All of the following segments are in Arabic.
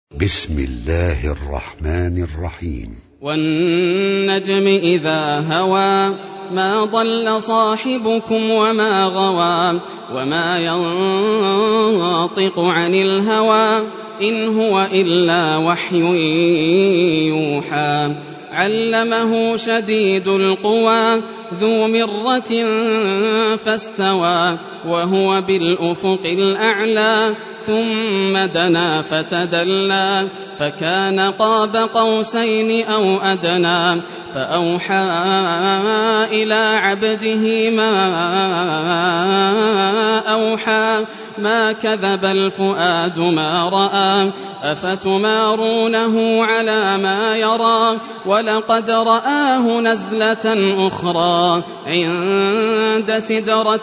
بسم الله الرحمن الرحيم. والنجم إذا هوى ما ضل صاحبكم وما غوى وما ينطق عن الهوى إن هو إلا وحي يوحى علمه شديد القوى ذو مرة فاستوى وهو بالأفق الأعلى ثم دنا فتدلى فكان قاب قوسين أو أدنى فأوحى إلى عبده ما أوحى ما كذب الفؤاد ما رأى أفتمارونه على ما يرى ولقد رآه نزلة أخرى عند سدرة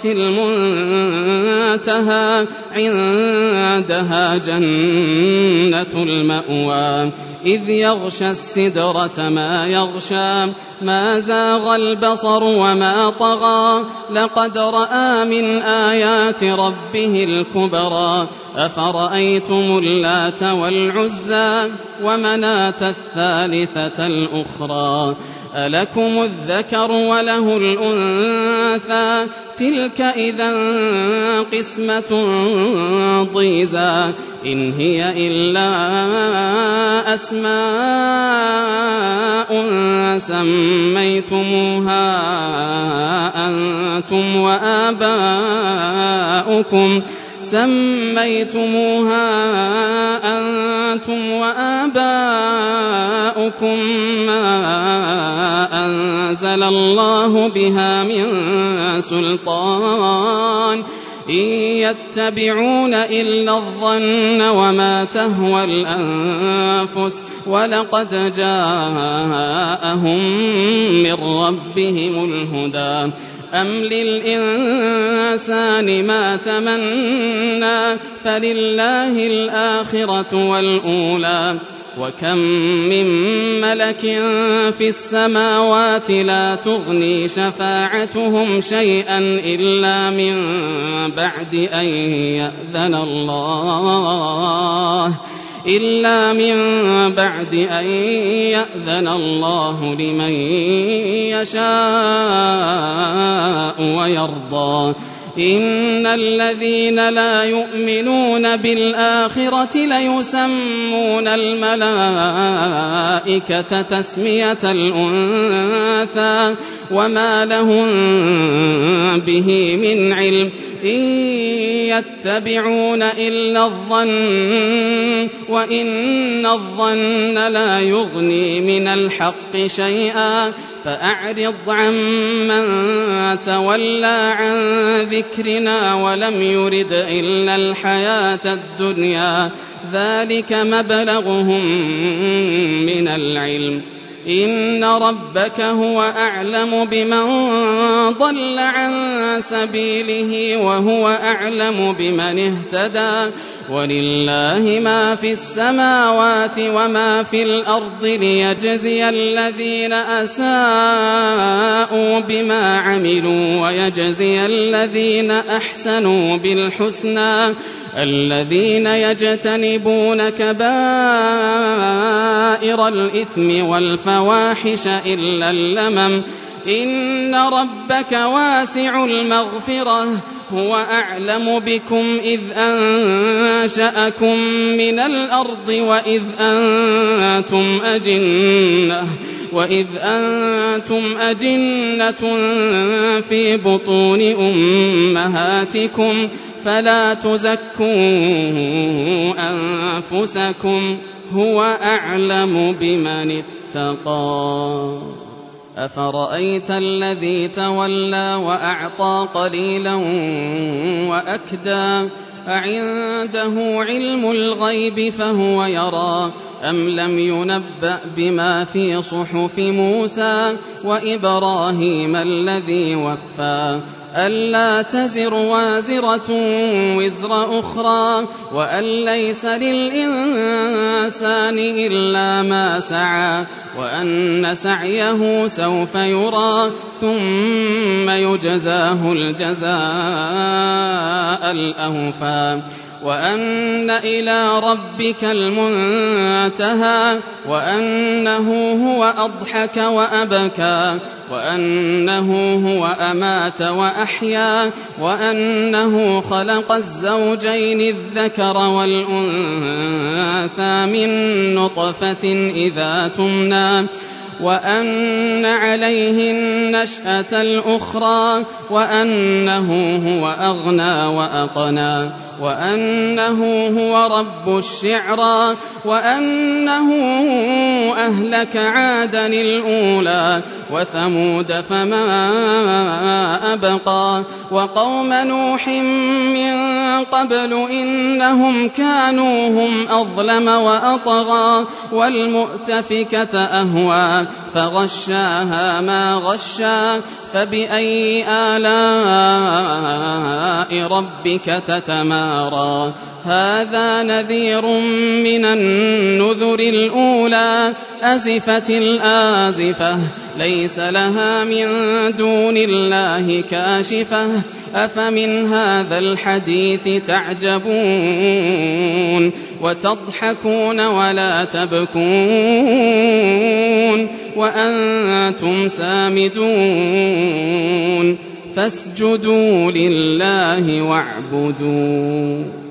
المنتهى عندها جنة المأوى إذ يغشى السدرة ما يغشى ما زاغ البصر وما طغى لقد رأى من آيات ربه الكبرى أفرأيتم اللات والعزى ومناة الثالثة الأخرى ألكم الذكر وله الأنثى تلك إذا قسمة ضيزى إن هي إلا أسماء سميتموها أنتم وآباؤكم ما أنزل الله بها من سلطان إن يتبعون إلا الظن وما تهوى الأنفس ولقد جاءهم من ربهم الهدى أم للإنسان ما تمنى فلله الآخرة والأولى وكم من ملك في السماوات لا تغني شفاعتهم شيئا إلا من بعد أن يأذن الله لمن يشاء ويرضى إن الذين لا يؤمنون بالآخرة ليسمون الملائكة تسمية الأنثى وما لهم به من علم إن يتبعون إلا الظن وإن الظن لا يغني من الحق شيئا فأعرض عمن تولى عن ذكرنا ولم يرد إلا الحياة الدنيا ذلك مبلغهم من العلم إن ربك هو أعلم بمن ضل عن سبيله وهو أعلم بمن اهتدى ولله ما في السماوات وما في الأرض ليجزي الذين أساءوا بما عملوا ويجزي الذين أحسنوا بالحسنى الذين يجتنبون كبائر الإثم والفواحش إلا اللمم إن ربك واسع المغفرة هو أعلم بكم إذ أنشأكم من الأرض وإذ أنتم أجنة في بطون أمهاتكم فلا تزكوا أنفسكم هو أعلم بمن اتقى أفرأيت الذي تولى وأعطى قليلا وأكدى أعنده علم الغيب فهو يرى أم لم ينبأ بما في صحف موسى وإبراهيم الذي وفى ألا تزر وازرة وزر أخرى وأن ليس للإنسان إلا ما سعى وأن سعيه سوف يرى ثم يجزاه الجزاء الأوفى وأن إلى ربك المنتهى وأنه هو أضحك وأبكى وأنه هو أمات وأحيا وأنه خلق الزوجين الذكر والأنثى من نطفة إذا تمنى وأن عليه النشأة الأخرى وأنه هو أغنى وأقنى وأنه هو رب الشعرى وأنه أهلك عادا الأولى وثمود فما أبقى وقوم نوح من قبل إنهم كانوا هم أظلم وأطغى والمؤتفكة أهوى فغشاها ما غشا فبأي آلاء ربك تتمارى هذا نذير من النذر الأولى أزفت الآزفة ليس لها من دون الله كاشفة أفمن هذا الحديث تعجبون وتضحكون ولا تبكون وأنتم سامدون فاسجدوا لله واعبدوا